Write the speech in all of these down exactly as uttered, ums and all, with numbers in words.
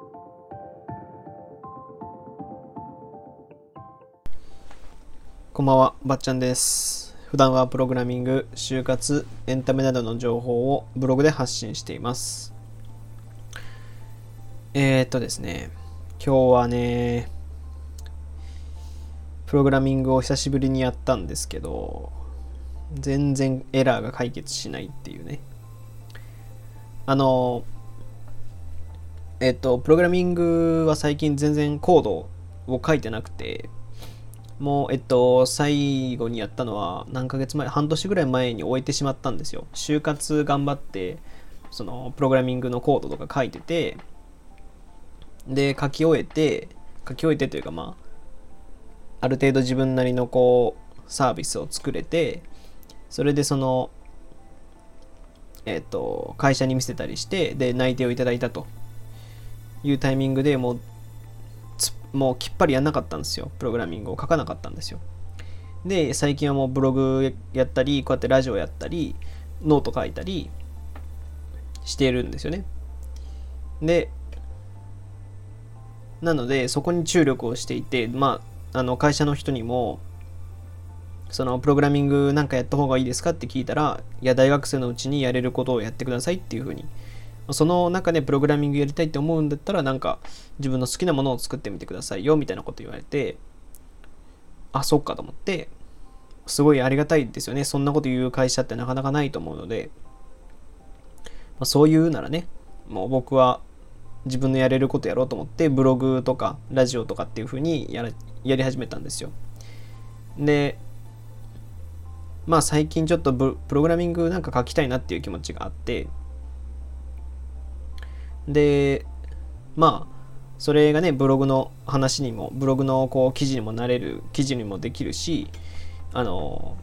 こんばんは、ばっちゃんです。普段はプログラミング、就活、エンタメなどの情報をブログで発信しています。えー、っとですね、今日はね、プログラミングを久しぶりにやったんですけど、全然エラーが解決しないっていうね。あの、えっと、プログラミングは最近全然コードを書いてなくて、もう、えっと、最後にやったのは何ヶ月前、半年ぐらい前に終えてしまったんですよ。就活頑張って、その、プログラミングのコードとか書いてて、で、書き終えて、書き終えてというか、まあ、ある程度自分なりのこう、サービスを作れて、それでその、えっと、会社に見せたりして、で、内定をいただいたというタイミングでもう、もうきっぱりやんなかったんですよ。プログラミングを書かなかったんですよ。で、最近はもうブログやったり、こうやってラジオやったり、ノート書いたりしているんですよね。で、なので、そこに注力をしていて、まあ、あの会社の人にも、そのプログラミングなんかやった方がいいですかって聞いたら、いや、大学生のうちにやれることをやってくださいっていうふうに、その中でプログラミングやりたいって思うんだったら、なんか自分の好きなものを作ってみてくださいよみたいなこと言われて、あ、そっかと思って、すごいありがたいですよね。そんなこと言う会社ってなかなかないと思うので、まあ、そういうならね、もう僕は自分のやれることやろうと思って、ブログとかラジオとかっていう風にやらやり始めたんですよ。で、まあ最近ちょっとプログラミングなんか書きたいなっていう気持ちがあって、で、まあ、それがね、ブログの話にも、ブログのこう記事にもなれる、記事にもできるし、あの、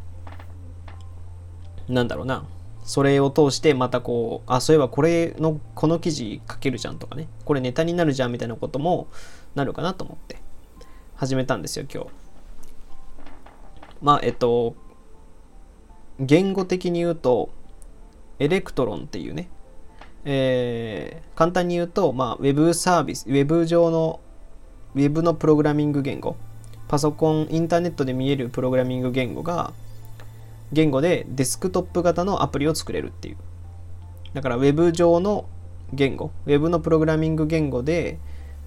なんだろうな、それを通してまたこう、あ、そういえばこれの、この記事書けるじゃんとかね、これネタになるじゃんみたいなこともなるかなと思って始めたんですよ、今日。まあ、えっと、言語的に言うと、エレクトロンっていうね、えー、簡単に言うと、まあ、ウェブサービス、ウェブ上の、ウェブのプログラミング言語、パソコン、インターネットで見えるプログラミング言語が、言語でデスクトップ型のアプリを作れるっていう。だから、ウェブ上の言語、ウェブのプログラミング言語で、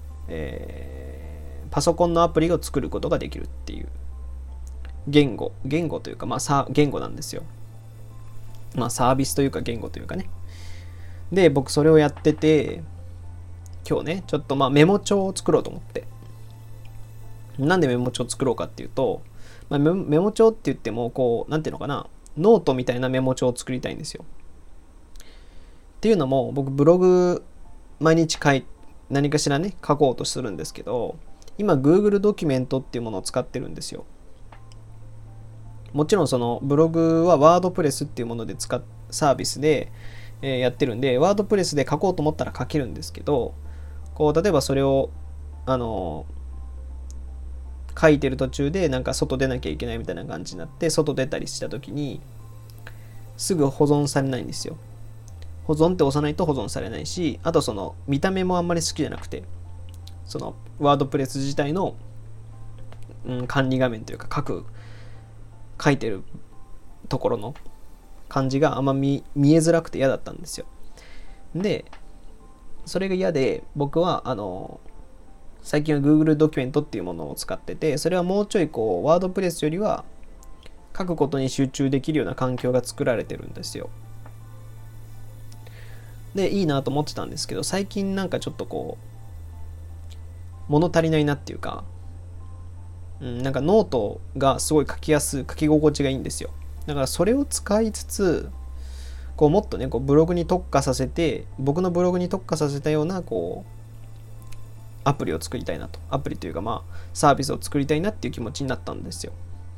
えー、パソコンのアプリを作ることができるっていう言語、言語というか、まあ、さ言語なんですよ。まあ、サービスというか言語というかね。で、僕それをやってて、今日ね、ちょっとまあメモ帳を作ろうと思って。なんでメモ帳を作ろうかっていうと、まあ、メモ帳って言っても、こう、なんていうのかな、ノートみたいなメモ帳を作りたいんですよ。っていうのも、僕ブログ毎日書い、何かしらね、書こうとするんですけど、今 Google ドキュメントっていうものを使ってるんですよ。もちろんそのブログはワードプレスっていうもので使っサービスで、えーやってるんで、ワードプレスで書こうと思ったら書けるんですけど、こう例えばそれをあの書いてる途中でなんか外出なきゃいけないみたいな感じになって、外出たりした時にすぐ保存されないんですよ。保存って押さないと保存されないし、あとその見た目もあんまり好きじゃなくて、そのワードプレス自体の、うん、管理画面というか書く書いてるところの感じがあんま 見, 見えづらくて嫌だったんですよ。で、それが嫌で、僕はあの最近は Google ドキュメントっていうものを使ってて、それはもうちょいこうワードプレスよりは書くことに集中できるような環境が作られてるんですよ。で、いいなと思ってたんですけど、最近なんかちょっとこう物足りないなっていうか、うん、なんかノートがすごい書きやすい、書き心地がいいんですよ。だからそれを使いつつ、こうもっとね、こうブログに特化させて、僕のブログに特化させたようなこうアプリを作りたいなと、アプリというかまあサービスを作りたいなっていう気持ちになったんですよ。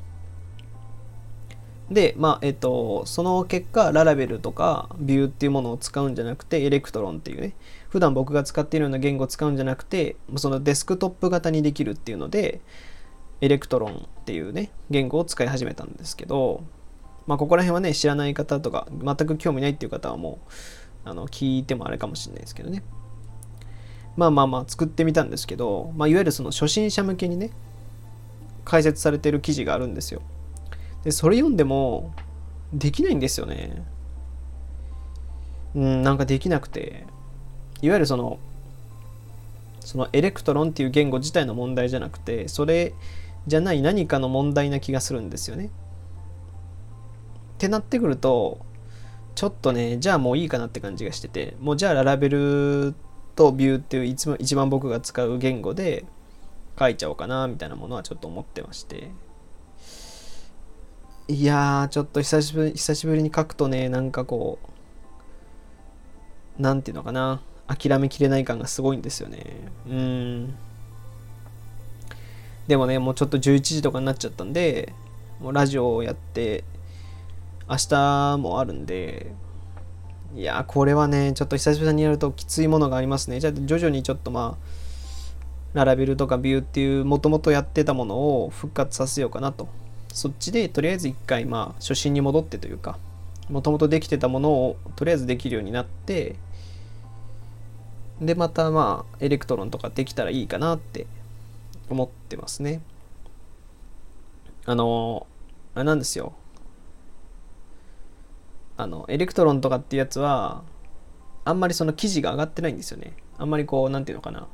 で、まあえっとその結果、ララベルとかビューっていうものを使うんじゃなくて、エレクトロンっていうね、普段僕が使っているような言語を使うんじゃなくて、そのデスクトップ型にできるっていうので、エレクトロンっていうね言語を使い始めたんですけど、まあここら辺はね、知らない方とか全く興味ないっていう方はもうあの聞いてもあれかもしれないですけどね。 まあまあまあ作ってみたんですけど、まあ、いわゆるその初心者向けにね解説されてる記事があるんですよ。でそれ読んでもできないんですよね。うんなんかできなくて、いわゆるそのそのエレクトロンっていう言語自体の問題じゃなくて、それじゃない何かの問題な気がするんですよね。ってなってくるとちょっとねじゃあもういいかなって感じがしてて、もうじゃあララベルとビューっていう一番一番僕が使う言語で書いちゃおうかなみたいなものはちょっと思ってまして、いやーちょっと久しぶり久しぶりに書くとね、なんかこうなんていうのかな、諦めきれない感がすごいんですよね。うーんでもねもうちょっとじゅういちじとかになっちゃったんで、もうラジオをやって明日もあるんで、いやーこれはねちょっと久しぶりにやるときついものがありますね。じゃあ徐々にちょっとまあララベルとかビューっていうもともとやってたものを復活させようかなと。そっちでとりあえず一回まあ初心に戻ってというか、もともとできてたものをとりあえずできるようになって、でまたまあエレクトロンとかできたらいいかなって思ってますね。あのあれなんですよ、あのエレクトロンとかっていうやつはあんまりその記事が上がってないんですよね。あんまりこうなんていうのかな、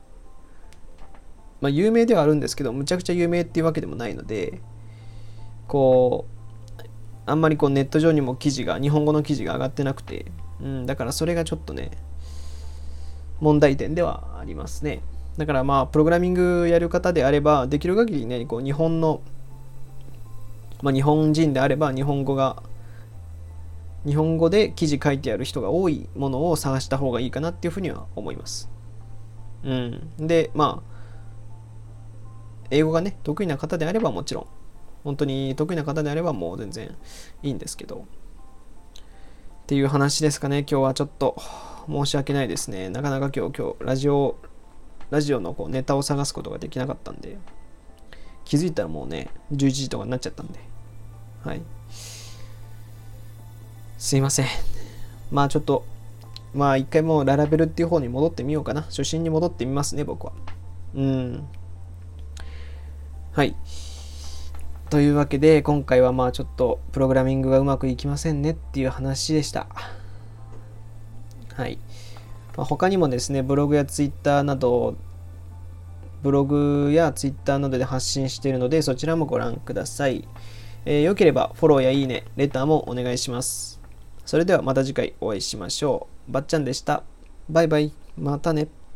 まあ有名ではあるんですけどむちゃくちゃ有名っていうわけでもないので、こうあんまりこうネット上にも記事が日本語の記事が上がってなくて、うん、だからそれがちょっとね問題点ではありますね。だからまあプログラミングやる方であればできる限りねこう日本の、まあ、日本人であれば日本語が日本語で記事書いてある人が多いものを探した方がいいかなっていうふうには思います。うん、でまあ英語がね得意な方であればもちろん、本当に得意な方であればもう全然いいんですけどっていう話ですかね。今日はちょっと申し訳ないですね。なかなか今日今日ラジオラジオのこうネタを探すことができなかったんで、気づいたらもうねじゅういちじとかになっちゃったんで、はいすいません。まあちょっとまあ一回もうララベルっていう方に戻ってみようかな。初心に戻ってみますね僕は。うんはいというわけで今回はまあちょっとプログラミングがうまくいきませんねっていう話でした。はい、まあ、他にもですねブログやツイッターなどブログやツイッターなどで発信しているのでそちらもご覧ください。えー、よければフォローやいいねレターもお願いします。それではまた次回お会いしましょう。ばっちゃんでした。バイバイ。またね。